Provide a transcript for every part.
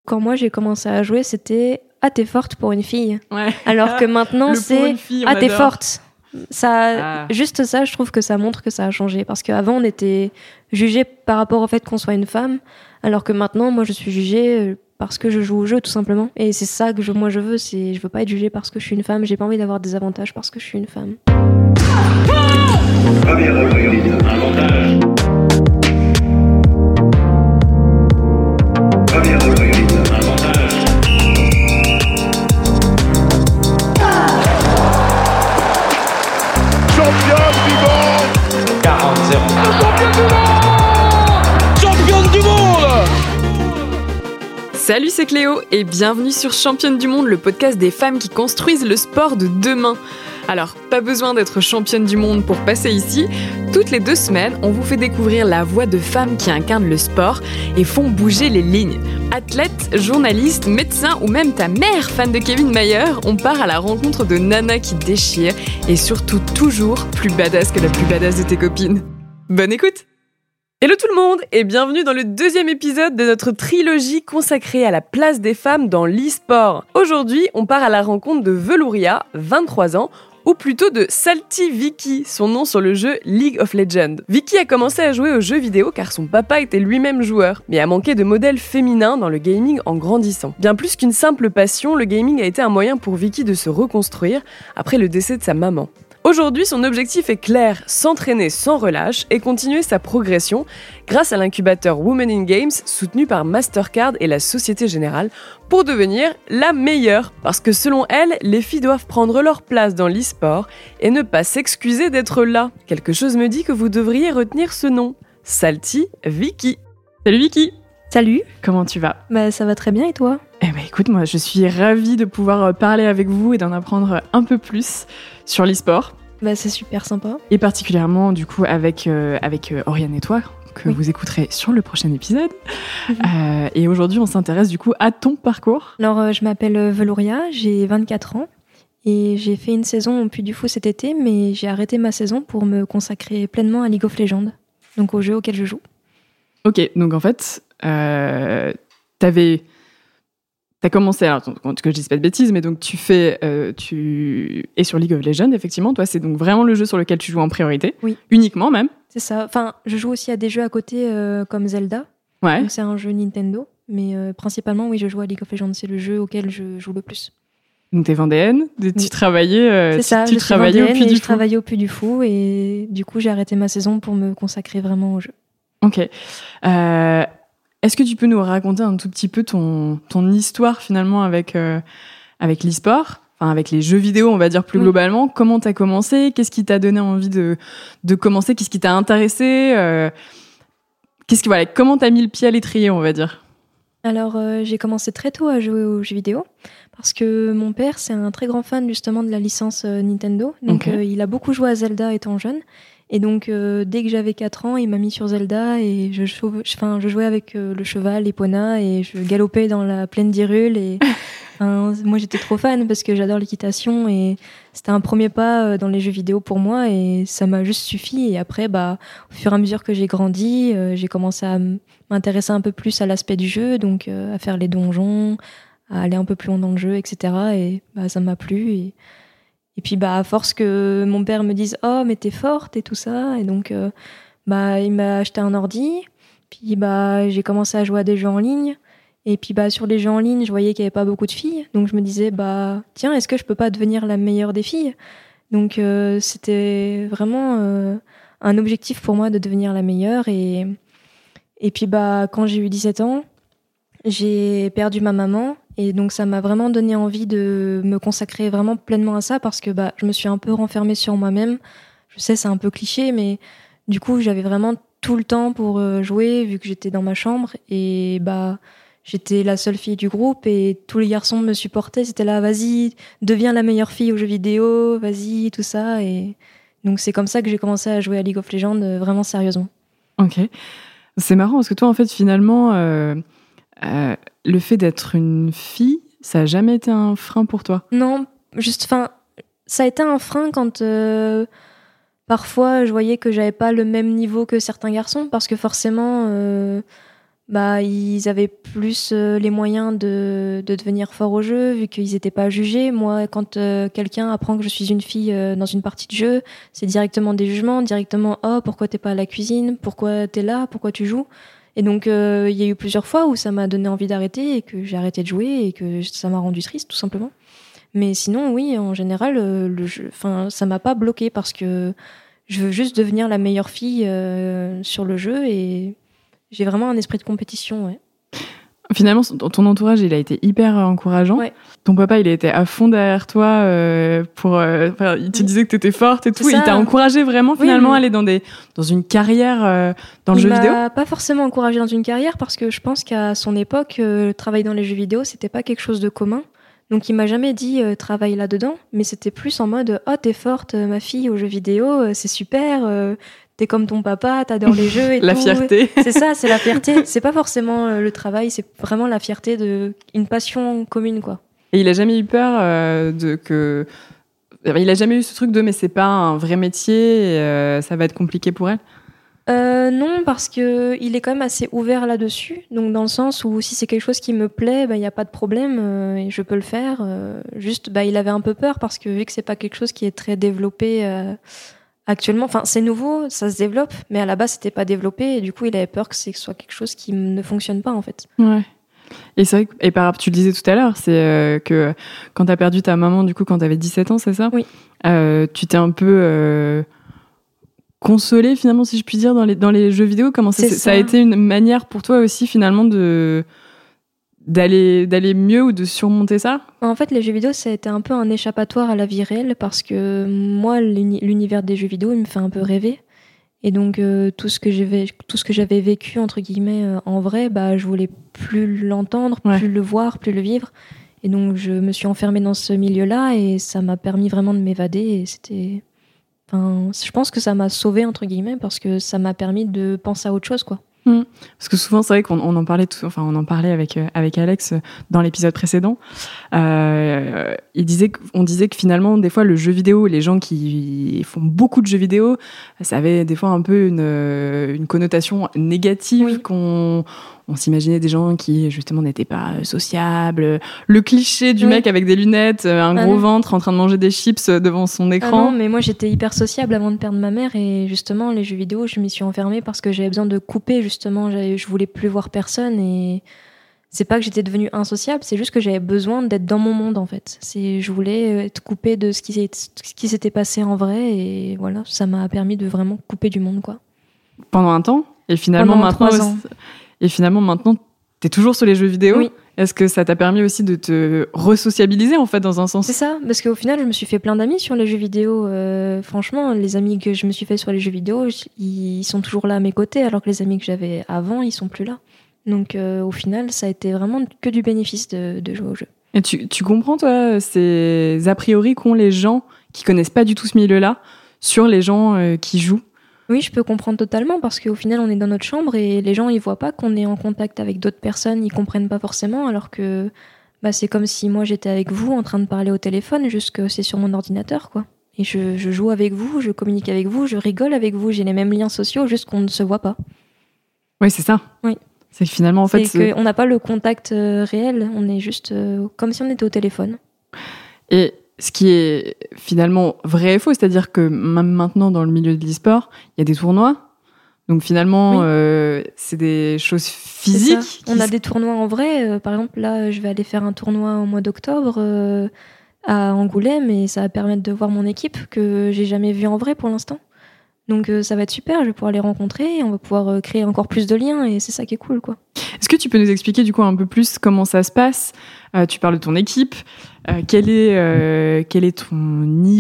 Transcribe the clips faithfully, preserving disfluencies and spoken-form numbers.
Quand moi j'ai commencé à jouer, c'était « Ah, t'es forte pour une fille ouais. ». Alors que maintenant, c'est « Ah, t'es adore. forte ». Ça, ah. Juste ça, je trouve que ça montre que ça a changé. Parce qu'avant, on était jugé par rapport au fait qu'on soit une femme, alors que maintenant, moi, je suis jugée parce que je joue au jeu, tout simplement. Et c'est ça que je, moi, je veux. C'est, je veux pas être jugée parce que je suis une femme. J'ai pas envie d'avoir des avantages parce que je suis une femme. quarante zéro. Championne du monde! Salut, c'est Cléo et bienvenue sur Championne du monde, le podcast des femmes qui construisent le sport de demain. Alors, pas besoin d'être championne du monde pour passer ici. Toutes les deux semaines, on vous fait découvrir la voix de femmes qui incarnent le sport et font bouger les lignes. Athlètes, journalistes, médecins ou même ta mère, fan de Kevin Mayer, on part à la rencontre de nanas qui déchirent et surtout toujours plus badass que la plus badass de tes copines. Bonne écoute! Hello tout le monde et bienvenue dans le deuxième épisode de notre trilogie consacrée à la place des femmes dans l'e-sport. Aujourd'hui, on part à la rencontre de Velouria, vingt-trois ans, ou plutôt de Salty Vicky, son nom sur le jeu League of Legends. Vicky a commencé à jouer aux jeux vidéo car son papa était lui-même joueur, mais a manqué de modèles féminins dans le gaming en grandissant. Bien plus qu'une simple passion, le gaming a été un moyen pour Vicky de se reconstruire après le décès de sa maman. Aujourd'hui, son objectif est clair, s'entraîner sans relâche et continuer sa progression grâce à l'incubateur Women in Games soutenu par Mastercard et la Société Générale pour devenir la meilleure. Parce que selon elle, les filles doivent prendre leur place dans l'e-sport et ne pas s'excuser d'être là. Quelque chose me dit que vous devriez retenir ce nom, Salty Vicky. Salut Vicky! Salut! Comment tu vas? Bah, ça va très bien et toi? Eh ben écoute, moi je suis ravie de pouvoir parler avec vous et d'en apprendre un peu plus sur l'e-sport. Bah, c'est super sympa. Et particulièrement du coup avec, euh, avec euh, Oriane et toi, que oui. vous écouterez sur le prochain épisode. Mm-hmm. Euh, et aujourd'hui on s'intéresse du coup à ton parcours. Alors euh, je m'appelle Velouria, j'ai vingt-quatre ans et j'ai fait une saison au Puy du Fou cet été, mais j'ai arrêté ma saison pour me consacrer pleinement à League of Legends, donc au jeu auquel je joue. Ok, donc en fait, euh, t'avais... T'as commencé, alors que je dise pas de bêtises, mais donc tu fais, euh, tu es sur League of Legends, effectivement. Toi, c'est donc vraiment le jeu sur lequel tu joues en priorité. Oui. Uniquement même. C'est ça. Enfin, je joue aussi à des jeux à côté euh, comme Zelda. Ouais. Donc c'est un jeu Nintendo, mais euh, principalement, oui, je joue à League of Legends. C'est le jeu auquel je joue le plus. Donc t'es vendéenne, tu oui. travaillais, euh, c'est ça, tu, tu je travaillais au Puy du Fou. Je travaillais au Puy du Fou et du coup, j'ai arrêté ma saison pour me consacrer vraiment au jeu. Ok. Euh... Est-ce que tu peux nous raconter un tout petit peu ton, ton histoire finalement avec, euh, avec l'e-sport, enfin avec les jeux vidéo, on va dire plus oui. globalement. Comment t'as commencé? Qu'est-ce qui t'a donné envie de, de commencer? Qu'est-ce qui t'a intéressé? euh, qu'est-ce que, voilà, Comment t'as mis le pied à l'étrier, on va dire? Alors, euh, j'ai commencé très tôt à jouer aux jeux vidéo parce que mon père, c'est un très grand fan justement de la licence euh, Nintendo. Donc, okay. euh, il a beaucoup joué à Zelda étant jeune. Et donc, euh, dès que j'avais quatre ans, il m'a mis sur Zelda et je, chauve, enfin, je jouais avec euh, le cheval, Epona, et je galopais dans la plaine d'Hyrule. Et, enfin, moi, j'étais trop fan parce que j'adore l'équitation et c'était un premier pas dans les jeux vidéo pour moi et ça m'a juste suffi. Et après, bah, au fur et à mesure que j'ai grandi, euh, j'ai commencé à m'intéresser un peu plus à l'aspect du jeu, donc euh, à faire les donjons, à aller un peu plus loin dans le jeu, et cetera. Et bah, ça m'a plu. Et... Et puis, bah, à force que mon père me dise « Oh, mais t'es forte » et tout ça. Et donc, euh, bah, il m'a acheté un ordi. Puis, bah, j'ai commencé à jouer à des jeux en ligne. Et puis, bah, sur les jeux en ligne, je voyais qu'il n'y avait pas beaucoup de filles. Donc, je me disais, bah, tiens, est-ce que je peux pas devenir la meilleure des filles? Donc, euh, c'était vraiment euh, un objectif pour moi de devenir la meilleure. Et, et puis, bah, quand j'ai eu dix-sept ans, j'ai perdu ma maman. Et donc, ça m'a vraiment donné envie de me consacrer vraiment pleinement à ça parce que bah, je me suis un peu renfermée sur moi-même. Je sais, c'est un peu cliché, mais du coup, j'avais vraiment tout le temps pour jouer vu que j'étais dans ma chambre. Et bah, j'étais la seule fille du groupe et tous les garçons me supportaient. C'était là, vas-y, deviens la meilleure fille aux jeux vidéo, vas-y, tout ça. Et donc, c'est comme ça que j'ai commencé à jouer à League of Legends vraiment sérieusement. Ok. C'est marrant parce que toi, en fait, finalement... Euh... Euh, le fait d'être une fille, ça n'a jamais été un frein pour toi? Non, juste, enfin, ça a été un frein quand euh, parfois je voyais que j'avais pas le même niveau que certains garçons, parce que forcément, euh, bah, ils avaient plus euh, les moyens de, de devenir forts au jeu, vu qu'ils n'étaient pas jugés. Moi, quand euh, quelqu'un apprend que je suis une fille euh, dans une partie de jeu, c'est directement des jugements, directement « Oh, pourquoi t'es pas à la cuisine ? Pourquoi t'es là ? Pourquoi tu joues ?» Et donc, il euh, y a eu plusieurs fois où ça m'a donné envie d'arrêter et que j'ai arrêté de jouer et que ça m'a rendu triste, tout simplement. Mais sinon, oui, en général, euh, le jeu, enfin, ça m'a pas bloqué parce que je veux juste devenir la meilleure fille euh, sur le jeu et j'ai vraiment un esprit de compétition, ouais. Finalement, ton entourage, il a été hyper encourageant. Ouais. Ton papa, il était à fond derrière toi euh, pour. Euh, il te disait que t'étais forte et tout. Et il t'a encouragé vraiment finalement oui, à aller dans des dans une carrière euh, dans le il jeu vidéo. Il m'a pas forcément encouragé dans une carrière parce que je pense qu'à son époque, euh, travailler dans les jeux vidéo, c'était pas quelque chose de commun. Donc il m'a jamais dit euh, travaille là-dedans, mais c'était plus en mode oh t'es forte ma fille aux jeux vidéo, euh, c'est super. Euh, T'es comme ton papa, t'adores les jeux et la tout. La fierté. C'est ça, c'est la fierté. C'est pas forcément euh, le travail, c'est vraiment la fierté de une passion commune, quoi. Et il a jamais eu peur euh, de que. Il a jamais eu ce truc de mais c'est pas un vrai métier, et, euh, ça va être compliqué pour elle. Euh, non, parce que il est quand même assez ouvert là-dessus. Donc dans le sens où si c'est quelque chose qui me plaît, bah il y a pas de problème euh, et je peux le faire. Euh, juste, bah il avait un peu peur parce que vu que c'est pas quelque chose qui est très développé. Euh, Actuellement, enfin, c'est nouveau, ça se développe, mais à la base, c'était pas développé, et du coup, il avait peur que ce soit quelque chose qui ne fonctionne pas, en fait. Ouais. Et c'est vrai que, et par, tu le disais tout à l'heure, c'est euh, que quand t'as perdu ta maman, du coup, quand t'avais dix-sept ans, c'est ça ? Oui. Euh, tu t'es un peu euh, consolée, finalement, si je puis dire, dans les, dans les jeux vidéo. Comment ça, ça. ça a été une manière pour toi aussi, finalement, de... D'aller, d'aller mieux ou de surmonter ça ? En fait, les jeux vidéo, ça a été un peu un échappatoire à la vie réelle parce que moi, l'uni- l'univers des jeux vidéo, il me fait un peu rêver. Et donc, euh, tout ce que j'avais, tout ce que j'avais vécu, entre guillemets, euh, en vrai, bah, je voulais plus l'entendre, ouais. plus le voir, plus le vivre. Et donc, je me suis enfermée dans ce milieu-là et ça m'a permis vraiment de m'évader. Et c'était... Enfin, je pense que ça m'a sauvée, entre guillemets, parce que ça m'a permis de penser à autre chose, quoi. Mmh. Parce que souvent c'est vrai qu'on on en parlait tout, enfin on en parlait avec euh, avec Alex dans l'épisode précédent. Euh, il disait on disait que finalement des fois le jeu vidéo, les gens qui font beaucoup de jeux vidéo, ça avait des fois un peu une une connotation négative. Oui. qu'on on s'imaginait des gens qui justement n'étaient pas sociables, le cliché du oui. mec avec des lunettes, un gros ah ventre en train de manger des chips devant son écran. Ah non, mais moi j'étais hyper sociable avant de perdre ma mère et justement les jeux vidéo je m'y suis enfermée parce que j'avais besoin de couper justement, je voulais plus voir personne et c'est pas que j'étais devenue insociable, c'est juste que j'avais besoin d'être dans mon monde en fait. C'est, je voulais être coupée de ce qui, ce qui s'était passé en vrai et voilà, ça m'a permis de vraiment couper du monde quoi. Pendant un temps et finalement Pendant maintenant trois ans. Et finalement, maintenant, t'es toujours sur les jeux vidéo. Oui. Est-ce que ça t'a permis aussi de te resociabiliser, en fait, dans un sens ? C'est ça, parce qu'au final, je me suis fait plein d'amis sur les jeux vidéo. Euh, franchement, les amis que je me suis fait sur les jeux vidéo, ils sont toujours là à mes côtés, alors que les amis que j'avais avant, ils sont plus là. Donc, euh, au final, ça a été vraiment que du bénéfice de, de jouer au jeu. Et tu, tu comprends, toi, ces a priori qu'ont les gens qui connaissent pas du tout ce milieu-là sur les gens euh, qui jouent ? Oui, je peux comprendre totalement parce qu'au final, on est dans notre chambre et les gens, ils voient pas qu'on est en contact avec d'autres personnes, ils comprennent pas forcément, alors que bah, c'est comme si moi, j'étais avec vous en train de parler au téléphone, juste que c'est sur mon ordinateur, quoi. Et je, je joue avec vous, je communique avec vous, je rigole avec vous, j'ai les mêmes liens sociaux, juste qu'on ne se voit pas. Oui, c'est ça. Oui. C'est que finalement, en fait... C'est qu'on n'a pas le contact euh, réel, on est juste euh, comme si on était au téléphone. Et... ce qui est finalement vrai et faux, c'est-à-dire que même maintenant dans le milieu de l'e-sport, il y a des tournois. Donc finalement, oui. euh, c'est des choses physiques. On a des tournois en vrai. Euh, par exemple, là, je vais aller faire un tournoi au mois d'octobre euh, à Angoulême et ça va permettre de voir mon équipe que j'ai jamais vue en vrai pour l'instant. Donc euh, ça va être super, je vais pouvoir les rencontrer et on va pouvoir euh, créer encore plus de liens et c'est ça qui est cool, quoi. Est-ce que tu peux nous expliquer du coup un peu plus comment ça se passe ? euh, Tu parles de ton équipe. Euh, quel est euh, quel est ton niveau ?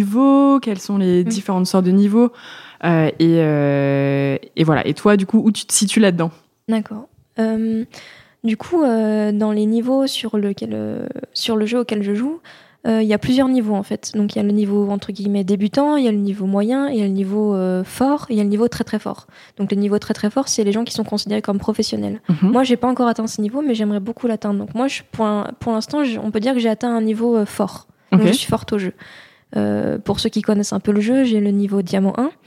Quelles sont les mmh. différentes sortes de niveaux ? euh, et, euh, et voilà. Et toi, du coup, où tu te situes là-dedans ? D'accord. Euh, du coup, euh, dans les niveaux sur, lequel, euh, sur le jeu auquel je joue, il euh, y a plusieurs niveaux en fait. Donc il y a le niveau entre guillemets débutant, il y a le niveau moyen, il y a le niveau euh, fort, et il y a le niveau très très fort. Donc le niveau très très fort, c'est les gens qui sont considérés comme professionnels. Mm-hmm. Moi, j'ai pas encore atteint ce niveau, mais j'aimerais beaucoup l'atteindre. Donc moi, je, pour, un, pour l'instant, je, on peut dire que j'ai atteint un niveau euh, fort. Donc okay. Je suis forte au jeu. Euh, pour ceux qui connaissent un peu le jeu, j'ai le niveau diamant un.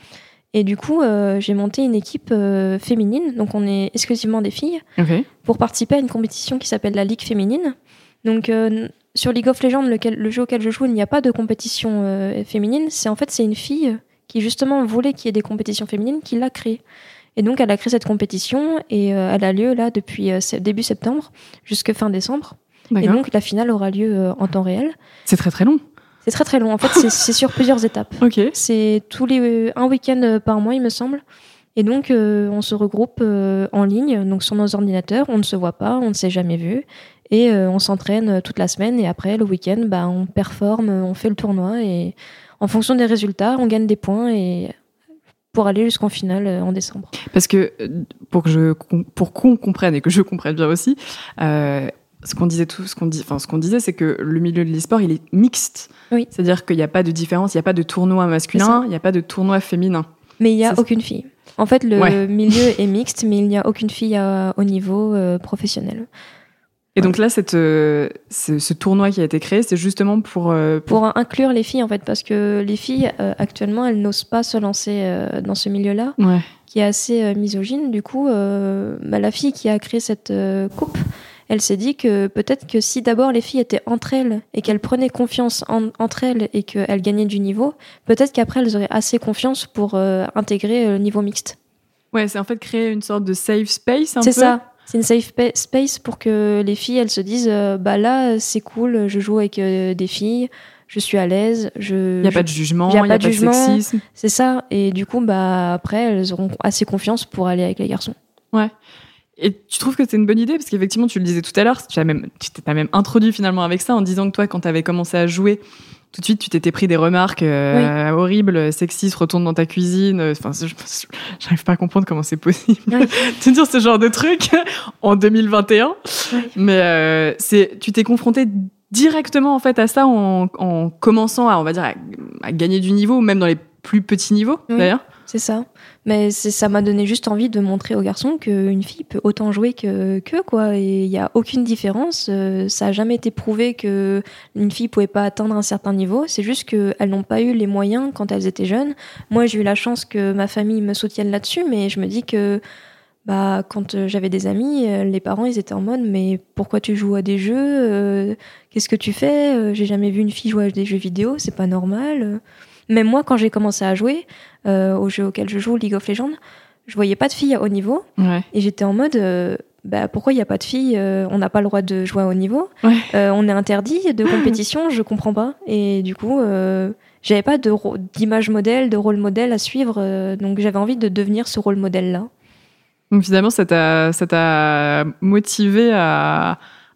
Et du coup, euh, j'ai monté une équipe euh, féminine, donc on est exclusivement des filles, okay. pour participer à une compétition qui s'appelle la Ligue féminine. Donc euh, sur League of Legends, lequel, le jeu auquel je joue, il n'y a pas de compétition euh, féminine. C'est en fait c'est une fille qui justement voulait qu'il y ait des compétitions féminines qui l'a créée. Et donc elle a créé cette compétition et euh, elle a lieu là depuis euh, début septembre jusqu'à fin décembre. D'accord. Et donc la finale aura lieu euh, en temps réel. C'est très très long. C'est très très long. En fait, c'est, c'est sur plusieurs étapes. Okay. C'est tous les un week-end par mois, il me semble. Et donc, euh, on se regroupe euh, en ligne, donc sur nos ordinateurs. On ne se voit pas, on ne s'est jamais vu, et euh, on s'entraîne toute la semaine. Et après, le week-end, bah, on performe, on fait le tournoi, et en fonction des résultats, on gagne des points et pour aller jusqu'en finale euh, en décembre. Parce que pour que je pour qu'on comprenne et que je comprenne bien aussi. Euh, Ce qu'on disait tout, ce qu'on dit, enfin ce qu'on disait, c'est que le milieu de l'e-sport, il est mixte. Oui. C'est-à-dire qu'il n'y a pas de différence, il n'y a pas de tournoi masculin, il n'y a pas de tournoi féminin. Mais il n'y a c'est aucune fille. En fait, le ouais. milieu est mixte, mais il n'y a aucune fille à, au niveau euh, professionnel. Et donc là, cette, euh, ce, ce tournoi qui a été créé, c'est justement pour, euh, pour... Pour inclure les filles, en fait, parce que les filles, euh, actuellement, elles n'osent pas se lancer euh, dans ce milieu-là, ouais. qui est assez euh, misogyne. Du coup, euh, bah, la fille qui a créé cette euh, coupe, elle s'est dit que peut-être que si d'abord les filles étaient entre elles et qu'elles prenaient confiance en, entre elles et qu'elles gagnaient du niveau, peut-être qu'après elles auraient assez confiance pour euh, intégrer le niveau mixte. Ouais, c'est en fait créer une sorte de safe space un c'est peu. C'est ça, c'est une safe pa- space pour que les filles elles se disent euh, bah là c'est cool, je joue avec euh, des filles, je suis à l'aise, je. Il n'y a je, pas de jugement, il n'y a, y pas, a de pas de jugement, sexisme. C'est ça, et du coup bah après elles auront assez confiance pour aller avec les garçons. Ouais. Et tu trouves que c'est une bonne idée? Parce qu'effectivement, tu le disais tout à l'heure, tu as même, tu t'es même introduit finalement avec ça en disant que toi, quand tu avais commencé à jouer, tout de suite, tu t'étais pris des remarques euh, oui. horribles, sexistes, retourne dans ta cuisine. Enfin, je, j'arrive pas à comprendre comment c'est possible oui. de dire ce genre de truc en deux mille vingt et un. Oui. Mais euh, c'est, tu t'es confronté directement en fait à ça en, en commençant à, on va dire, à, à gagner du niveau, même dans les plus petits niveaux oui. d'ailleurs. C'est ça. Mais c'est, ça m'a donné juste envie de montrer aux garçons qu'une fille peut autant jouer que, que quoi. Et il n'y a aucune différence. Euh, ça n'a jamais été prouvé qu'une fille ne pouvait pas atteindre un certain niveau. C'est juste qu'elles n'ont pas eu les moyens quand elles étaient jeunes. Moi, j'ai eu la chance que ma famille me soutienne là-dessus, mais je me dis que bah, quand j'avais des amis, les parents, ils étaient en mode « Mais pourquoi tu joues à des jeux euh, Qu'est-ce que tu fais J'ai jamais vu une fille jouer à des jeux vidéo, c'est pas normal. » Même moi, quand j'ai commencé à jouer euh, au jeu auquel je joue, League of Legends, je voyais pas de filles à haut niveau. Ouais. Et j'étais en mode, euh, bah, pourquoi il n'y a pas de filles euh, On n'a pas le droit de jouer à haut niveau. Ouais. Euh, on est interdit de compétition, je comprends pas. Et du coup, euh, j'avais pas de ro- d'image modèle, de rôle modèle à suivre. Euh, donc j'avais envie de devenir ce rôle modèle-là. Donc finalement, ça t'a, ça t'a motivé à...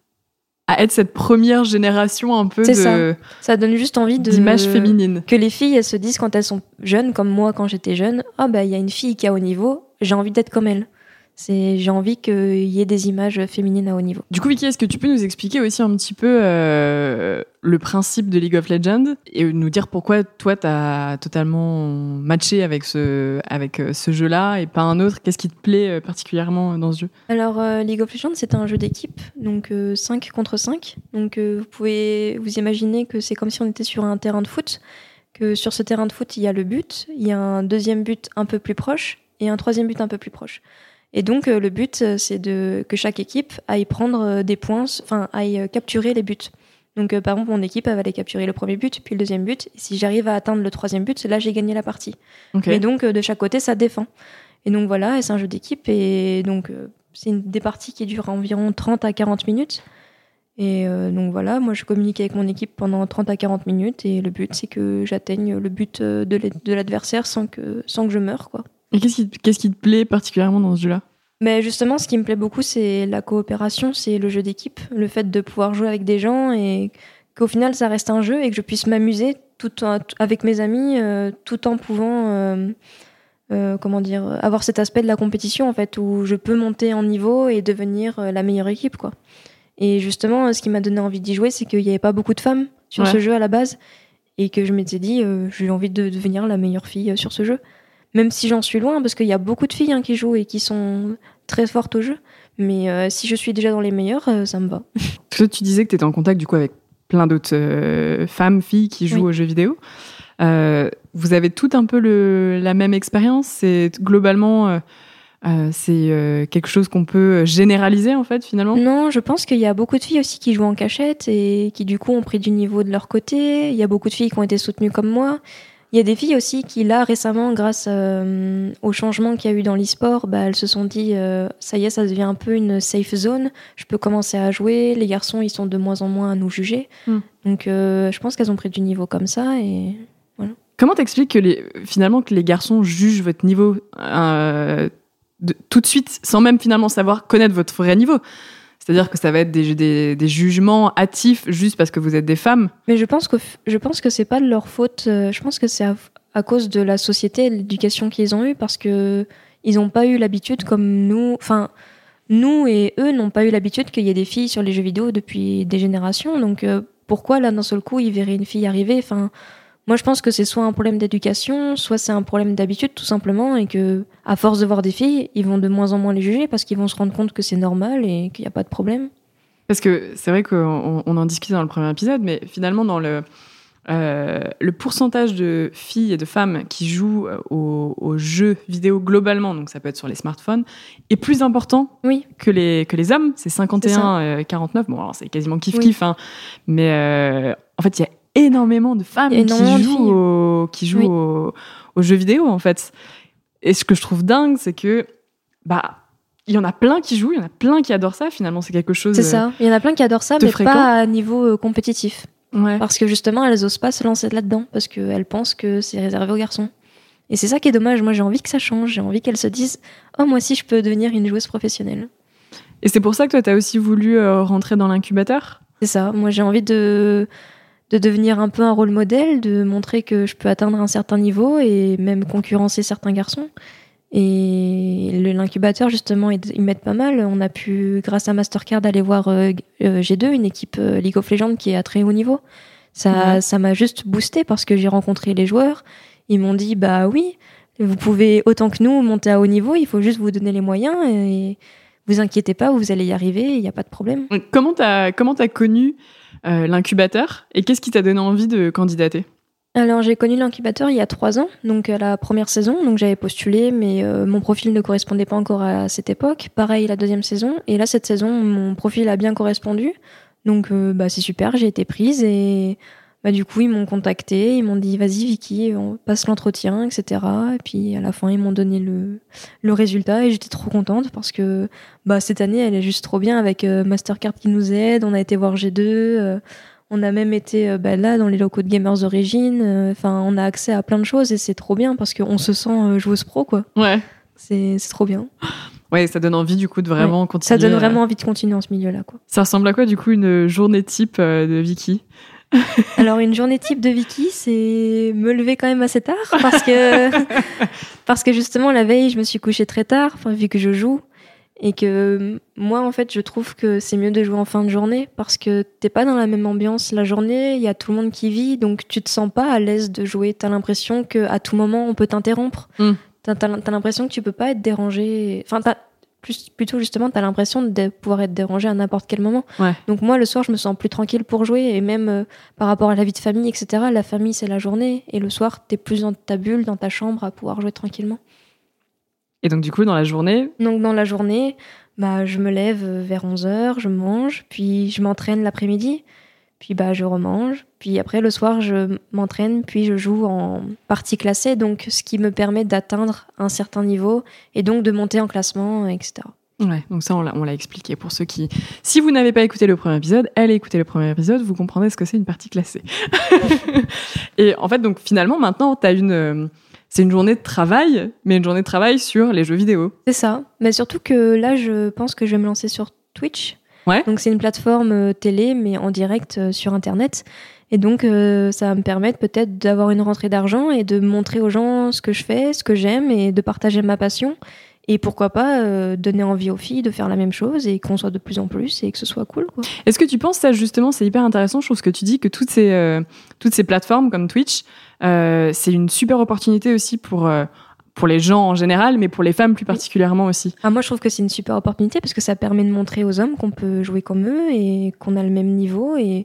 à être cette première génération un peu c'est de... ça. Ça donne juste envie de... d'image féminine. Que les filles, elles se disent quand elles sont jeunes, comme moi quand j'étais jeune, « Ah, bah, il y a une fille qui est à haut niveau, j'ai envie d'être comme elle. » C'est, j'ai envie qu'il y ait des images féminines à haut niveau. Du coup, Vicky, est-ce que tu peux nous expliquer aussi un petit peu euh, le principe de League of Legends et nous dire pourquoi toi, t'as totalement matché avec ce, avec ce jeu-là et pas un autre? Qu'est-ce qui te plaît particulièrement dans ce jeu? Alors, euh, League of Legends, c'est un jeu d'équipe, donc euh, cinq contre cinq. Donc, euh, vous pouvez vous imaginer que c'est comme si on était sur un terrain de foot, que sur ce terrain de foot, il y a le but, il y a un deuxième but un peu plus proche et un troisième but un peu plus proche. Et donc, euh, le but, c'est de, que chaque équipe aille prendre des points, enfin, aille capturer les buts. Donc, euh, par exemple, mon équipe, elle va aller capturer le premier but, puis le deuxième but. Et si j'arrive à atteindre le troisième but, là, j'ai gagné la partie. Okay. Et donc, euh, de chaque côté, ça défend. Et donc, voilà, et c'est un jeu d'équipe. Et donc, euh, c'est une, des parties qui durent environ trente à quarante minutes. Et euh, donc, voilà, moi, je communique avec mon équipe pendant trente à quarante minutes. Et le but, c'est que j'atteigne le but de, de l'adversaire sans que, sans que je meure, quoi. Et qu'est-ce qui, qu'est-ce qui te plaît particulièrement dans ce jeu-là? Mais justement, ce qui me plaît beaucoup, c'est la coopération, c'est le jeu d'équipe, le fait de pouvoir jouer avec des gens et qu'au final, ça reste un jeu et que je puisse m'amuser tout en, avec mes amis, euh, tout en pouvant, euh, euh, comment dire, avoir cet aspect de la compétition en fait, où je peux monter en niveau et devenir la meilleure équipe, quoi. Et justement, ce qui m'a donné envie d'y jouer, c'est qu'il n'y avait pas beaucoup de femmes sur ouais. ce jeu à la base et que je m'étais dit, euh, j'ai envie de devenir la meilleure fille sur ce jeu. Même si j'en suis loin, parce qu'il y a beaucoup de filles hein, qui jouent et qui sont très fortes au jeu. Mais euh, si je suis déjà dans les meilleures, euh, ça me va. Toi, tu disais que tu étais en contact du coup avec plein d'autres euh, femmes, filles qui jouent oui. aux jeux vidéo. Euh, vous avez toutes un peu le, la même expérience. C'est globalement, euh, euh, c'est euh, quelque chose qu'on peut généraliser en fait finalement. Non, je pense qu'il y a beaucoup de filles aussi qui jouent en cachette et qui du coup ont pris du niveau de leur côté. Il y a beaucoup de filles qui ont été soutenues comme moi. Il y a des filles aussi qui, là, récemment, grâce euh, au changement qu'il y a eu dans l'e-sport, bah, elles se sont dit euh, ça y est, ça devient un peu une safe zone. Je peux commencer à jouer. Les garçons, ils sont de moins en moins à nous juger. Mm. Donc, euh, je pense qu'elles ont pris du niveau comme ça. Et voilà. Comment t'expliques que les, finalement que les garçons jugent votre niveau euh, de, tout de suite, sans même finalement savoir connaître votre vrai niveau ? C'est-à-dire que ça va être des, des, des jugements hâtifs juste parce que vous êtes des femmes. Mais je pense que, je pense que c'est pas de leur faute. Je pense que c'est à, à cause de la société et de l'éducation qu'ils ont eue, parce que ils n'ont pas eu l'habitude comme nous. Enfin, nous et eux n'ont pas eu l'habitude qu'il y ait des filles sur les jeux vidéo depuis des générations. Donc euh, pourquoi là d'un seul coup ils verraient une fille arriver ? Enfin, moi je pense que c'est soit un problème d'éducation, soit c'est un problème d'habitude tout simplement, et que à force de voir des filles, ils vont de moins en moins les juger parce qu'ils vont se rendre compte que c'est normal et qu'il n'y a pas de problème. Parce que c'est vrai qu'on on en discutait dans le premier épisode, mais finalement dans le euh, le pourcentage de filles et de femmes qui jouent aux, aux jeux vidéo globalement, donc ça peut être sur les smartphones, est plus important oui. que les que les hommes. C'est cinquante et un à quarante-neuf. Bon, alors c'est quasiment kiff kiff, oui. hein, mais euh, en fait il y a énormément de femmes énormément qui jouent, au, qui jouent oui. aux, aux jeux vidéo, en fait. Et ce que je trouve dingue, c'est que, bah, il y en a plein qui jouent, il y en a plein qui adorent ça, finalement, c'est quelque chose. C'est ça, il y en a plein qui adorent ça, mais fréquent. Pas à niveau euh, compétitif. Ouais. Parce que justement, elles osent pas se lancer là-dedans, parce qu'elles pensent que c'est réservé aux garçons. Et c'est ça qui est dommage. Moi, j'ai envie que ça change, j'ai envie qu'elles se disent « Oh, moi aussi, je peux devenir une joueuse professionnelle. » Et c'est pour ça que toi, t'as aussi voulu euh, rentrer dans l'incubateur ? C'est ça, moi, j'ai envie de... de devenir un peu un rôle modèle, de montrer que je peux atteindre un certain niveau et même concurrencer certains garçons. Et l'incubateur, justement, ils m'aident pas mal. On a pu, grâce à Mastercard, aller voir euh, G deux, une équipe euh, League of Legends qui est à très haut niveau. Ça, ouais. ça m'a juste boosté parce que j'ai rencontré les joueurs. Ils m'ont dit, bah oui, vous pouvez autant que nous monter à haut niveau, il faut juste vous donner les moyens et vous inquiétez pas, vous allez y arriver, il n'y a pas de problème. Comment t'as, comment t'as connu Euh, l'incubateur, et qu'est-ce qui t'a donné envie de candidater ? Alors j'ai connu l'incubateur il y a trois ans, donc à la première saison, donc j'avais postulé, mais euh, mon profil ne correspondait pas encore à cette époque. Pareil la deuxième saison, et là cette saison mon profil a bien correspondu, donc euh, bah c'est super, j'ai été prise et bah du coup ils m'ont contacté, ils m'ont dit vas-y Vicky, on passe l'entretien, et cetera. Et puis à la fin ils m'ont donné le le résultat et j'étais trop contente parce que bah cette année elle est juste trop bien avec euh, Mastercard qui nous aide, on a été voir G deux, euh, on a même été euh, bah, là dans les locaux de Gamers Origin, enfin euh, on a accès à plein de choses et c'est trop bien parce qu'on se sent euh, joueuse pro quoi. Ouais. C'est c'est trop bien. Ouais, ça donne envie du coup de vraiment ouais, continuer. Ça donne vraiment envie de continuer dans ce milieu-là quoi. Ça ressemble à quoi du coup une journée type euh, de Vicky ? Alors une journée type de Vicky, c'est me lever quand même assez tard parce que parce que justement la veille je me suis couchée très tard, enfin vu que je joue et que moi en fait je trouve que c'est mieux de jouer en fin de journée parce que t'es pas dans la même ambiance la journée, il y a tout le monde qui vit donc tu te sens pas à l'aise de jouer, t'as l'impression que à tout moment on peut t'interrompre, mm. t'as, t'as, t'as l'impression que tu peux pas être dérangé, enfin t'as Plus, plutôt justement t'as l'impression de pouvoir être dérangé à n'importe quel moment. Ouais. Donc moi le soir je me sens plus tranquille pour jouer et même euh, par rapport à la vie de famille etc, la famille c'est la journée et le soir t'es plus dans ta bulle, dans ta chambre à pouvoir jouer tranquillement. Et donc du coup dans la journée Donc dans la journée bah, je me lève vers onze heures, je mange, puis je m'entraîne l'après-midi, puis bah, je remange, puis après le soir je m'entraîne, puis je joue en partie classée, donc ce qui me permet d'atteindre un certain niveau et donc de monter en classement, et cetera. Ouais, donc ça on l'a, on l'a expliqué pour ceux qui... Si vous n'avez pas écouté le premier épisode, allez écouter le premier épisode, vous comprendrez ce que c'est une partie classée. Et en fait, donc finalement maintenant t'as une... C'est une journée de travail, mais une journée de travail sur les jeux vidéo. C'est ça, mais surtout que là je pense que je vais me lancer sur Twitch. Ouais. Donc c'est une plateforme euh, télé mais en direct euh, sur internet et donc euh, ça va me permettre peut-être d'avoir une rentrée d'argent et de montrer aux gens ce que je fais, ce que j'aime et de partager ma passion et pourquoi pas euh, donner envie aux filles de faire la même chose et qu'on soit de plus en plus et que ce soit cool quoi. Est-ce que tu penses ça justement, c'est hyper intéressant, je trouve que tu dis que toutes ces euh, toutes ces plateformes comme Twitch euh, c'est une super opportunité aussi pour euh, pour les gens en général, mais pour les femmes plus particulièrement aussi. Ah, moi, je trouve que c'est une super opportunité parce que ça permet de montrer aux hommes qu'on peut jouer comme eux et qu'on a le même niveau. Et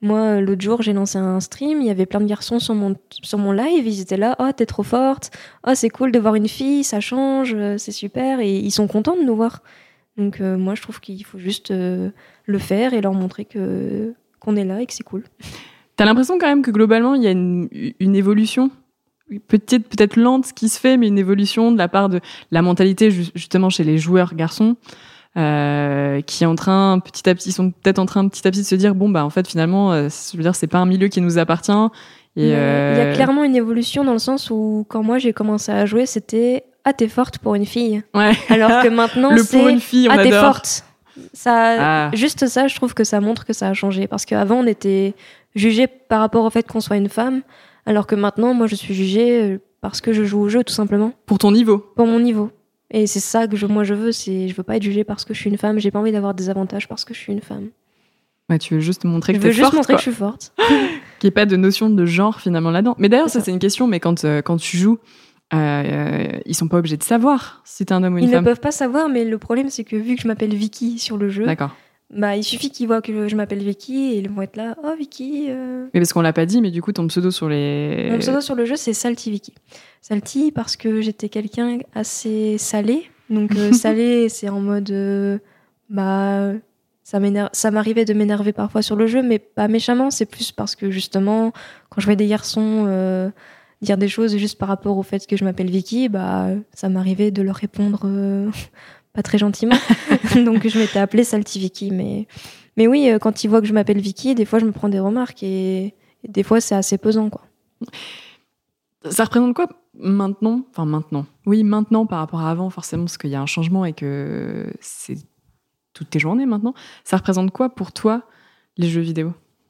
Moi, l'autre jour, j'ai lancé un stream, il y avait plein de garçons sur mon, sur mon live, ils étaient là, « Oh, t'es trop forte, oh, c'est cool de voir une fille, ça change, c'est super », et ils sont contents de nous voir. Donc euh, moi, je trouve qu'il faut juste euh, le faire et leur montrer que, qu'on est là et que c'est cool. T'as l'impression quand même que globalement, il y a une, une évolution, petite, peut-être lente, qui se fait, mais une évolution de la part de la mentalité, justement, chez les joueurs garçons, Euh, qui est en train petit à petit, ils sont peut-être en train petit à petit de se dire bon bah en fait finalement, euh, je veux dire c'est pas un milieu qui nous appartient. Et il euh... y a clairement une évolution dans le sens où quand moi j'ai commencé à jouer, c'était ah t'es forte pour une fille. Ouais. Alors que maintenant le c'est pour une fille, on ah t'es adore. forte. Ça, ah. Juste ça, je trouve que ça montre que ça a changé parce qu'avant on était jugé par rapport au fait qu'on soit une femme, alors que maintenant moi je suis jugée parce que je joue au jeu tout simplement. Pour ton niveau. Pour mon niveau. Et c'est ça que je, moi je veux, c'est je veux pas être jugée parce que je suis une femme, j'ai pas envie d'avoir des avantages parce que je suis une femme. Ouais, tu veux juste montrer que je t'es forte. Je veux juste montrer quoi. que je suis forte. Qu'il n'y ait pas de notion de genre finalement là-dedans. Mais d'ailleurs, c'est ça, ça c'est une question, mais quand, euh, quand tu joues, euh, euh, ils sont pas obligés de savoir si t'es un homme ou une ils femme. Ils ne peuvent pas savoir, mais le problème c'est que vu que je m'appelle Vicky sur le jeu, D'accord. Bah, il suffit qu'ils voient que je m'appelle Vicky et ils vont être là. Oh, Vicky. Euh... Mais parce qu'on l'a pas dit, mais du coup, ton pseudo sur les. Mon pseudo sur le jeu, c'est Salty Vicky. Salty parce que j'étais quelqu'un assez salé. Donc, euh, salé, c'est en mode. Euh, bah. Ça, ça m'arrivait de m'énerver parfois sur le jeu, mais pas méchamment. C'est plus parce que justement, quand je voyais des garçons euh, dire des choses juste par rapport au fait que je m'appelle Vicky, bah, ça m'arrivait de leur répondre. Euh... pas très gentiment. Donc je m'étais appelée Salty Vicky. Mais, mais oui, quand ils voient que je m'appelle Vicky, des fois je me prends des remarques et, et des fois c'est assez pesant, quoi. Ça représente quoi maintenant ? Enfin maintenant. Oui, maintenant par rapport à avant, forcément, parce qu'il y a un changement et que c'est toutes tes journées maintenant. Ça représente quoi pour toi, les jeux vidéo ?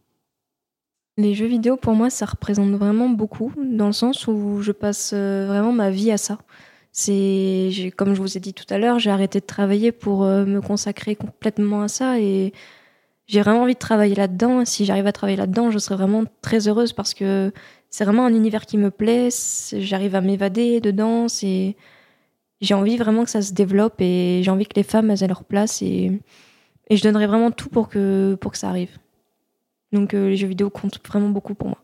Les jeux vidéo, pour moi, ça représente vraiment beaucoup, dans le sens où je passe vraiment ma vie à ça. C'est, j'ai, comme je vous ai dit tout à l'heure, j'ai arrêté de travailler pour euh, me consacrer complètement à ça et j'ai vraiment envie de travailler là-dedans. Si j'arrive à travailler là-dedans, je serais vraiment très heureuse parce que c'est vraiment un univers qui me plaît. J'arrive à m'évader dedans. C'est... J'ai envie vraiment que ça se développe et j'ai envie que les femmes elles aient leur place et, et je donnerai vraiment tout pour que, pour que ça arrive. Donc euh, les jeux vidéo comptent vraiment beaucoup pour moi.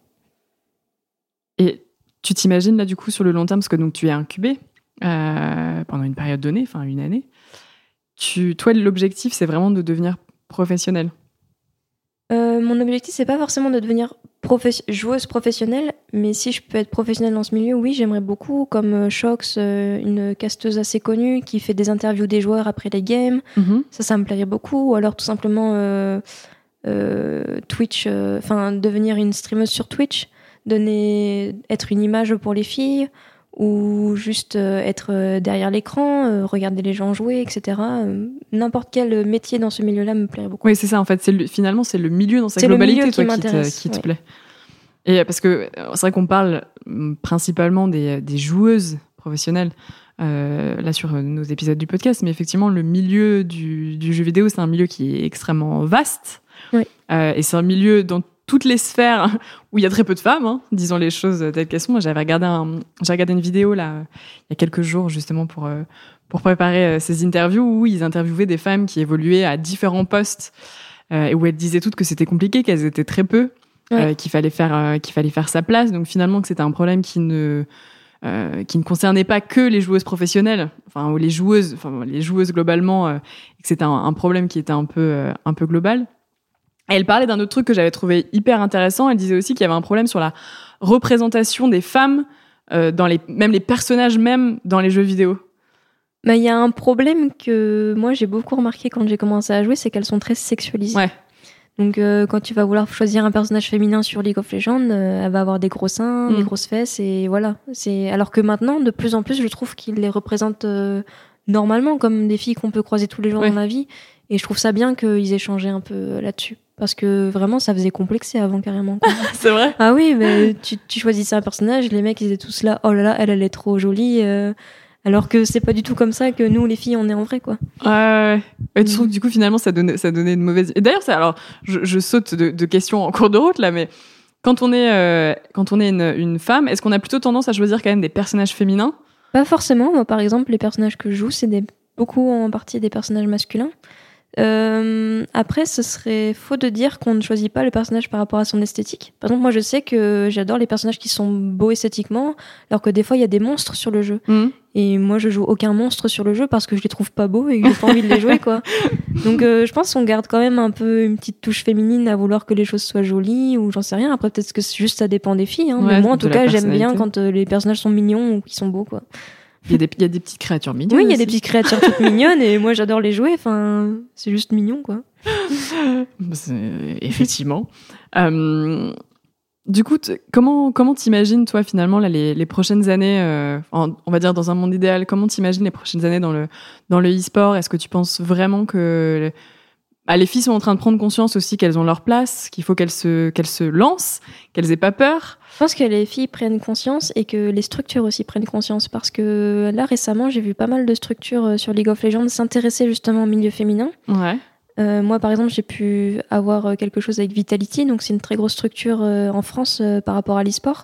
Et tu t'imagines là du coup sur le long terme, parce que donc, tu es incubée Euh, pendant une période donnée, enfin une année. Tu, toi, l'objectif, c'est vraiment de devenir professionnelle. Euh, mon objectif, c'est pas forcément de devenir profe- joueuse professionnelle, mais si je peux être professionnelle dans ce milieu, oui, j'aimerais beaucoup, comme euh, Shox, euh, une casteuse assez connue qui fait des interviews des joueurs après les games. Mm-hmm. Ça, ça me plairait beaucoup. Ou alors tout simplement euh, euh, Twitch, enfin euh, devenir une streameuse sur Twitch, donner, être une image pour les filles. Ou juste euh, être euh, derrière l'écran, euh, regarder les gens jouer, et cetera. Euh, n'importe quel métier dans ce milieu-là me plairait beaucoup. Oui, c'est ça, en fait. C'est le, finalement, c'est le milieu dans sa c'est globalité qui, toi, qui, te, qui te ouais. plaît. Et parce que c'est vrai qu'on parle principalement des, des joueuses professionnelles euh, là sur nos épisodes du podcast, mais effectivement, le milieu du, du jeu vidéo, c'est un milieu qui est extrêmement vaste. Oui. Euh, et c'est un milieu dans toutes les sphères où il y a très peu de femmes, hein, disons les choses telles qu'elles sont. Moi, j'avais regardé, un, j'ai regardé une vidéo là, il y a quelques jours justement pour, euh, pour préparer euh, ces interviews où ils interviewaient des femmes qui évoluaient à différents postes euh, et où elles disaient toutes que c'était compliqué, qu'elles étaient très peu, ouais. euh, qu'il fallait faire, euh, qu'il fallait faire sa place. Donc finalement, que c'était un problème qui ne, euh, qui ne concernait pas que les joueuses professionnelles, enfin ou les joueuses, enfin les joueuses globalement, euh, et que c'était un, un problème qui était un peu, euh, un peu global. Et elle parlait d'un autre truc que j'avais trouvé hyper intéressant. Elle disait aussi qu'il y avait un problème sur la représentation des femmes, euh, dans les, même les personnages même dans les jeux vidéo. Bah, y a un problème que moi j'ai beaucoup remarqué quand j'ai commencé à jouer, c'est qu'elles sont très sexualisées. Ouais. Donc euh, quand tu vas vouloir choisir un personnage féminin sur League of Legends, euh, elle va avoir des gros seins, mmh. des grosses fesses et voilà. C'est... Alors que maintenant, de plus en plus, je trouve qu'ils les représentent euh, normalement comme des filles qu'on peut croiser tous les jours ouais. dans la vie. Et je trouve ça bien qu'ils aient changé un peu là-dessus. Parce que vraiment, ça faisait complexer avant, carrément. Quoi. C'est vrai ? Ah oui, mais tu, tu choisissais un personnage, les mecs, ils étaient tous là, oh là là, elle, elle est trop jolie. Euh, alors que c'est pas du tout comme ça que nous, les filles, on est en vrai, quoi. Ouais, ouais. Et tu trouves que du coup, finalement, ça donnait, ça donnait une mauvaise... Et d'ailleurs, ça, alors, je, je saute de, de questions en cours de route, là, mais quand on est, euh, quand on est une, une femme, est-ce qu'on a plutôt tendance à choisir quand même des personnages féminins ? Pas forcément. Moi, par exemple, les personnages que je joue, c'est des, beaucoup en partie des personnages masculins. Euh, après, ce serait faux de dire qu'on ne choisit pas le personnage par rapport à son esthétique. Par exemple, moi, je sais que j'adore les personnages qui sont beaux esthétiquement, alors que des fois, il y a des monstres sur le jeu. Mmh. Et moi, je joue aucun monstre sur le jeu parce que je les trouve pas beaux et que j'ai pas envie de les jouer, quoi. Donc, euh, je pense qu'on garde quand même un peu une petite touche féminine à vouloir que les choses soient jolies ou j'en sais rien. Après, peut-être que c'est juste ça dépend des filles. Hein. Ouais, mais moi, en tout cas, j'aime bien quand euh, les personnages sont mignons ou qu'ils sont beaux, quoi. Il y, a des, il y a des petites créatures mignonnes. Oui, il y a aussi. des petites créatures toutes mignonnes et moi j'adore les jouer. Enfin, c'est juste mignon, quoi. C'est, effectivement. euh, du coup, t- comment comment t'imagines toi finalement là, les, les prochaines années, euh, en, on va dire dans un monde idéal, comment t'imagines les prochaines années dans le dans le e-sport? Est-ce que tu penses vraiment que ah, les filles sont en train de prendre conscience aussi qu'elles ont leur place, qu'il faut qu'elles se qu'elles se lancent, qu'elles aient pas peur? Je pense que les filles prennent conscience et que les structures aussi prennent conscience parce que là récemment j'ai vu pas mal de structures sur League of Legends s'intéresser justement au milieu féminin. Ouais. Euh, moi par exemple j'ai pu avoir quelque chose avec Vitality, donc c'est une très grosse structure euh, en France euh, par rapport à l'e-sport.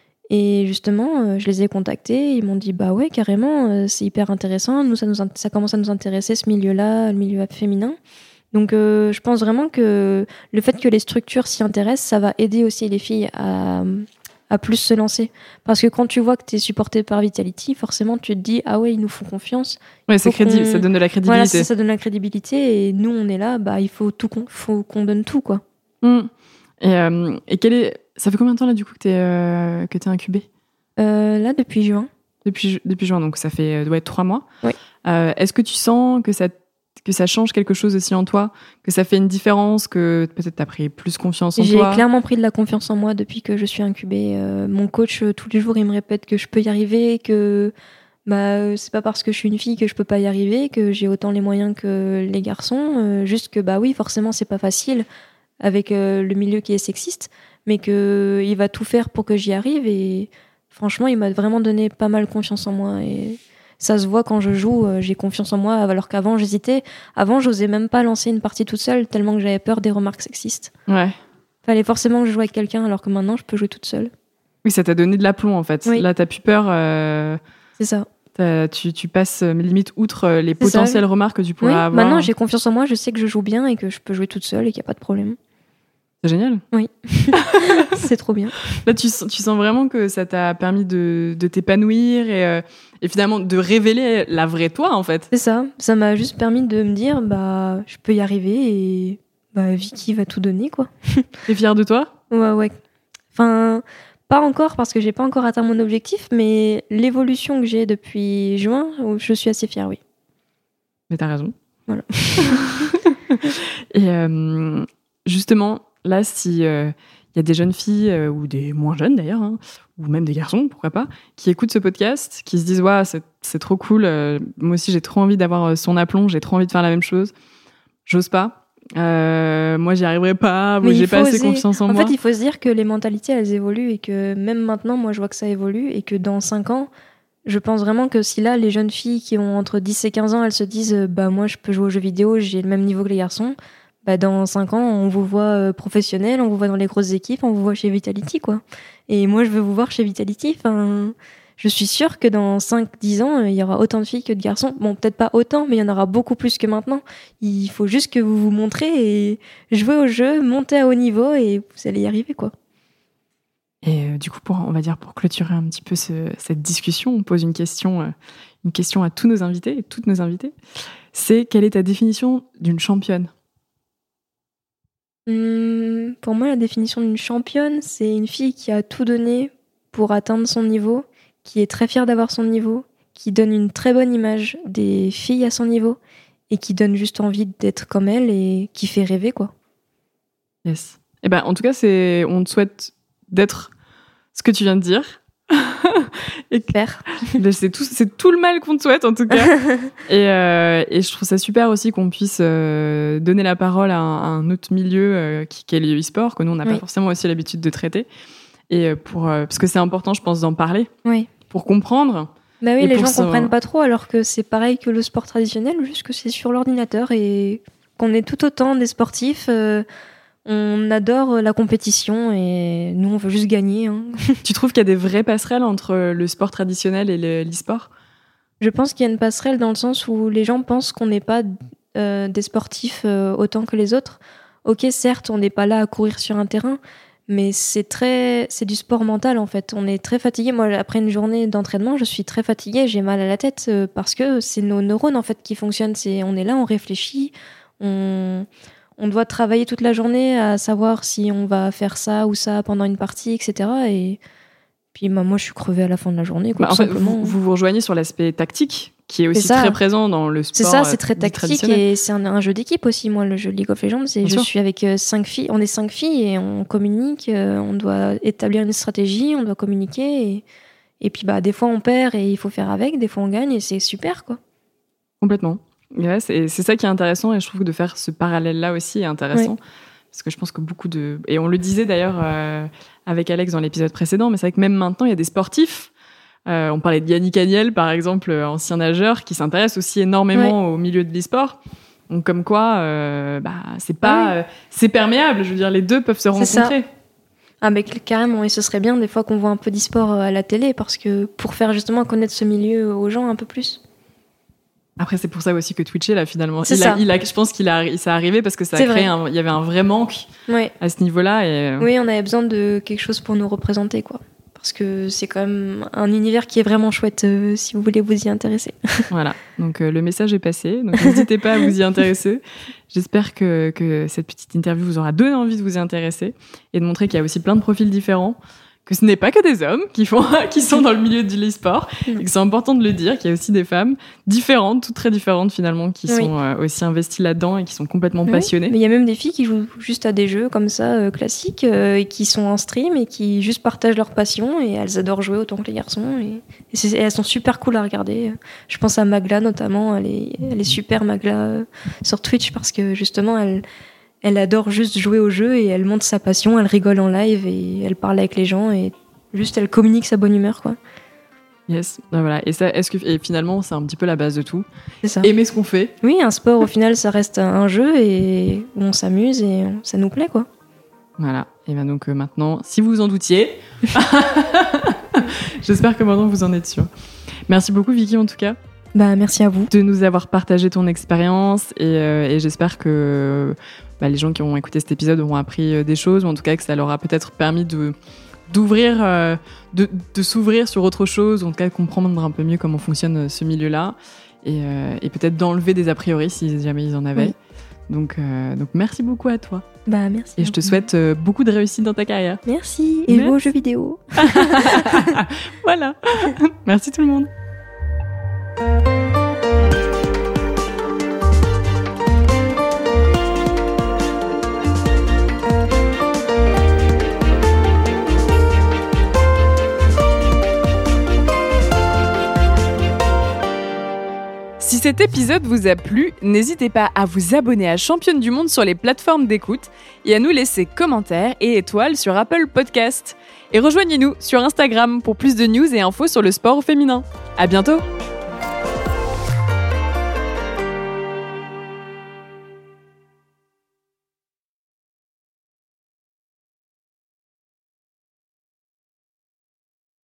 Et justement euh, je les ai contactés, ils m'ont dit bah ouais carrément euh, c'est hyper intéressant, nous ça, nous, ça commence à nous intéresser ce milieu-là, le milieu féminin. Donc euh, je pense vraiment que le fait que les structures s'y intéressent, ça va aider aussi les filles à, à plus se lancer. Parce que quand tu vois que tu es supporté par Vitality, forcément tu te dis ah ouais, ils nous font confiance. Ouais, c'est crédible, ça donne de la crédibilité. Voilà, ça, ça donne de la crédibilité et nous on est là, bah il faut tout qu'on, faut qu'on donne tout quoi. Mmh. Et, euh, et quel est, ça fait combien de temps là du coup que t'es euh, que t'es incubée? euh, Là depuis juin. Depuis depuis juin, donc ça fait doit être trois mois. Oui. Euh, est-ce que tu sens que ça que ça change quelque chose aussi en toi, que ça fait une différence, que peut-être t'as pris plus confiance en J'ai toi? J'ai clairement pris de la confiance en moi depuis que je suis incubée. Euh, mon coach, euh, tous les jours, il me répète que je peux y arriver, que bah, euh, c'est pas parce que je suis une fille que je peux pas y arriver, que j'ai autant les moyens que les garçons. Euh, juste que, bah oui, forcément, c'est pas facile avec euh, le milieu qui est sexiste, mais qu'il va tout faire pour que j'y arrive. Et franchement, il m'a vraiment donné pas mal confiance en moi. Et ça se voit quand je joue, euh, j'ai confiance en moi, alors qu'avant j'hésitais. Avant, j'osais même pas lancer une partie toute seule, tellement que j'avais peur des remarques sexistes. Ouais. Fallait forcément que je joue avec quelqu'un, alors que maintenant, je peux jouer toute seule. Oui, ça t'a donné de l'aplomb, en fait. Oui. Là, t'as plus peur. Euh... C'est ça. Tu, tu passes, euh, limite, outre les c'est potentielles ça. remarques que tu pourrais oui. avoir. Maintenant, j'ai confiance en moi, je sais que je joue bien et que je peux jouer toute seule et qu'il n'y a pas de problème. C'est génial. Oui. C'est trop bien. Là, tu, tu sens vraiment que ça t'a permis de, de t'épanouir et, euh, et finalement de révéler la vraie toi, en fait. C'est ça. Ça m'a juste permis de me dire, bah, je peux y arriver et bah, Vicky va tout donner, quoi. T'es fière de toi? Ouais, ouais. Enfin, pas encore parce que j'ai pas encore atteint mon objectif, mais l'évolution que j'ai depuis juin, je suis assez fière, oui. Mais t'as raison. Voilà. Et euh, justement, là, si il euh, y a des jeunes filles, euh, ou des moins jeunes d'ailleurs, hein, ou même des garçons, pourquoi pas, qui écoutent ce podcast, qui se disent « Waouh, c'est, c'est trop cool, euh, moi aussi j'ai trop envie d'avoir son aplomb, j'ai trop envie de faire la même chose, j'ose pas, euh, moi j'y arriverai pas, moi j'ai pas assez oser. confiance en, en moi. » En fait, il faut se dire que les mentalités, elles évoluent et que même maintenant, moi je vois que ça évolue et que dans cinq ans, je pense vraiment que si là, les jeunes filles qui ont entre dix et quinze ans, elles se disent « Bah moi je peux jouer aux jeux vidéo, j'ai le même niveau que les garçons », bah, dans cinq ans, on vous voit euh, professionnel, on vous voit dans les grosses équipes, on vous voit chez Vitality, quoi. Et moi, je veux vous voir chez Vitality. Enfin, je suis sûre que dans cinq dix ans, il y aura autant de filles que de garçons. Bon, peut-être pas autant, mais il y en aura beaucoup plus que maintenant. Il faut juste que vous vous montrez et jouez au jeu, montez à haut niveau et vous allez y arriver, quoi. Et euh, du coup, pour, on va dire, pour clôturer un petit peu ce, cette discussion, on pose une question, euh, une question à tous nos invités et toutes nos invitées. C'est quelle est ta définition d'une championne ? Hum, pour moi, la définition d'une championne, c'est une fille qui a tout donné pour atteindre son niveau, qui est très fière d'avoir son niveau, qui donne une très bonne image des filles à son niveau et qui donne juste envie d'être comme elle et qui fait rêver, quoi. Yes. Et ben, en tout cas, c'est, on te souhaite d'être ce que tu viens de dire. Et Super. c'est, tout, c'est tout le mal qu'on te souhaite, en tout cas. et, euh, et je trouve ça super aussi qu'on puisse euh, donner la parole à un, à un autre milieu euh, qui, qui est le e-sport, que nous, on n'a oui. pas forcément aussi l'habitude de traiter. Et pour, euh, parce que c'est important, je pense, d'en parler. Oui. Pour comprendre. Bah oui, les gens ça... comprennent pas trop, alors que c'est pareil que le sport traditionnel, juste que c'est sur l'ordinateur et qu'on est tout autant des sportifs. Euh, On adore la compétition et nous, on veut juste gagner. Hein. Tu trouves qu'il y a des vraies passerelles entre le sport traditionnel et le, l'e-sport ? Je pense qu'il y a une passerelle dans le sens où les gens pensent qu'on n'est pas euh, des sportifs euh, autant que les autres. Ok, certes, on n'est pas là à courir sur un terrain, mais c'est très, c'est du sport mental en fait. On est très fatigué. Moi, après une journée d'entraînement, je suis très fatiguée, j'ai mal à la tête euh, parce que c'est nos neurones en fait qui fonctionnent. C'est, on est là, on réfléchit, on, on doit travailler toute la journée à savoir si on va faire ça ou ça pendant une partie, et cetera. Et puis bah, moi, je suis crevée à la fin de la journée. Quoi, bah, en fait, vous, vous vous rejoignez sur l'aspect tactique, qui est aussi c'est très présent dans le sport. C'est ça, c'est très tactique et c'est un, un jeu d'équipe aussi. Moi, le jeu League of Legends, c'est, je sûr. suis avec euh, cinq filles. On est cinq filles et on communique. Euh, on doit établir une stratégie, on doit communiquer. Et, et puis, bah, des fois, on perd et il faut faire avec. Des fois, on gagne et c'est super, quoi. Complètement. Ouais, c'est, c'est ça qui est intéressant et je trouve que de faire ce parallèle-là aussi est intéressant. Ouais. Parce que je pense que beaucoup de... Et on le disait d'ailleurs euh, avec Alex dans l'épisode précédent, mais c'est vrai que même maintenant, il y a des sportifs. Euh, on parlait de Yannick Agnel, par exemple, ancien nageur, qui s'intéresse aussi énormément ouais. au milieu de l'e-sport. Donc, comme quoi, euh, bah, c'est pas, ouais. euh, c'est perméable. Je veux dire, les deux peuvent se c'est rencontrer. Ça. Ah, mais carrément. Et ce serait bien des fois qu'on voit un peu d'e-sport à la télé, parce que pour faire justement connaître ce milieu aux gens un peu plus. Après, c'est pour ça aussi que Twitch est là, finalement. C'est il a, il a, je pense qu'il a, ça arrivé parce que ça a créé un, il y avait un vrai manque ouais. à ce niveau-là. Et... Oui, on avait besoin de quelque chose pour nous représenter, quoi. Parce que c'est quand même un univers qui est vraiment chouette euh, si vous voulez vous y intéresser. Voilà, donc euh, le message est passé, donc n'hésitez pas à vous y intéresser. J'espère que, que cette petite interview vous aura donné envie de vous y intéresser et de montrer qu'il y a aussi plein de profils différents, que ce n'est pas que des hommes qui, font, qui sont dans le milieu de l'e-sport, non. et que c'est important de le dire, qu'il y a aussi des femmes différentes, toutes très différentes finalement, qui oui. sont euh, aussi investies là-dedans et qui sont complètement oui. passionnées. Mais il y a même des filles qui jouent juste à des jeux comme ça, euh, classiques, euh, et qui sont en stream et qui juste partagent leur passion et elles adorent jouer autant que les garçons. Et, et, c'est, et elles sont super cool à regarder. Je pense à Magla notamment, elle est, elle est super Magla euh, sur Twitch parce que justement elle... Elle adore juste jouer au jeu et elle montre sa passion, elle rigole en live et elle parle avec les gens et juste elle communique sa bonne humeur, quoi. Yes, voilà. Et ça, est-ce que et finalement c'est un petit peu la base de tout. C'est ça. Aimer ce qu'on fait. Oui, un sport au final ça reste un jeu et où on s'amuse et ça nous plaît, quoi. Voilà. Et bien donc euh, maintenant, si vous vous en doutiez, j'espère que maintenant vous en êtes sûrs. Merci beaucoup Vicky en tout cas. Bah merci à vous de nous avoir partagé ton expérience et, euh, et j'espère que bah, les gens qui ont écouté cet épisode auront appris des choses ou en tout cas que ça leur a peut-être permis de d'ouvrir, euh, de, de s'ouvrir sur autre chose, ou en tout cas comprendre un peu mieux comment fonctionne ce milieu-là et, euh, et peut-être d'enlever des a priori si jamais ils en avaient. Oui. Donc, euh, donc merci beaucoup à toi. Bah merci. Et je te souhaite euh, beaucoup de réussite dans ta carrière. Merci. Et vos jeux vidéo. Voilà. Merci tout le monde. Si cet épisode vous a plu, n'hésitez pas à vous abonner à Championne du Monde sur les plateformes d'écoute et à nous laisser commentaires et étoiles sur Apple Podcast. Et rejoignez-nous sur Instagram pour plus de news et infos sur le sport au féminin. À bientôt!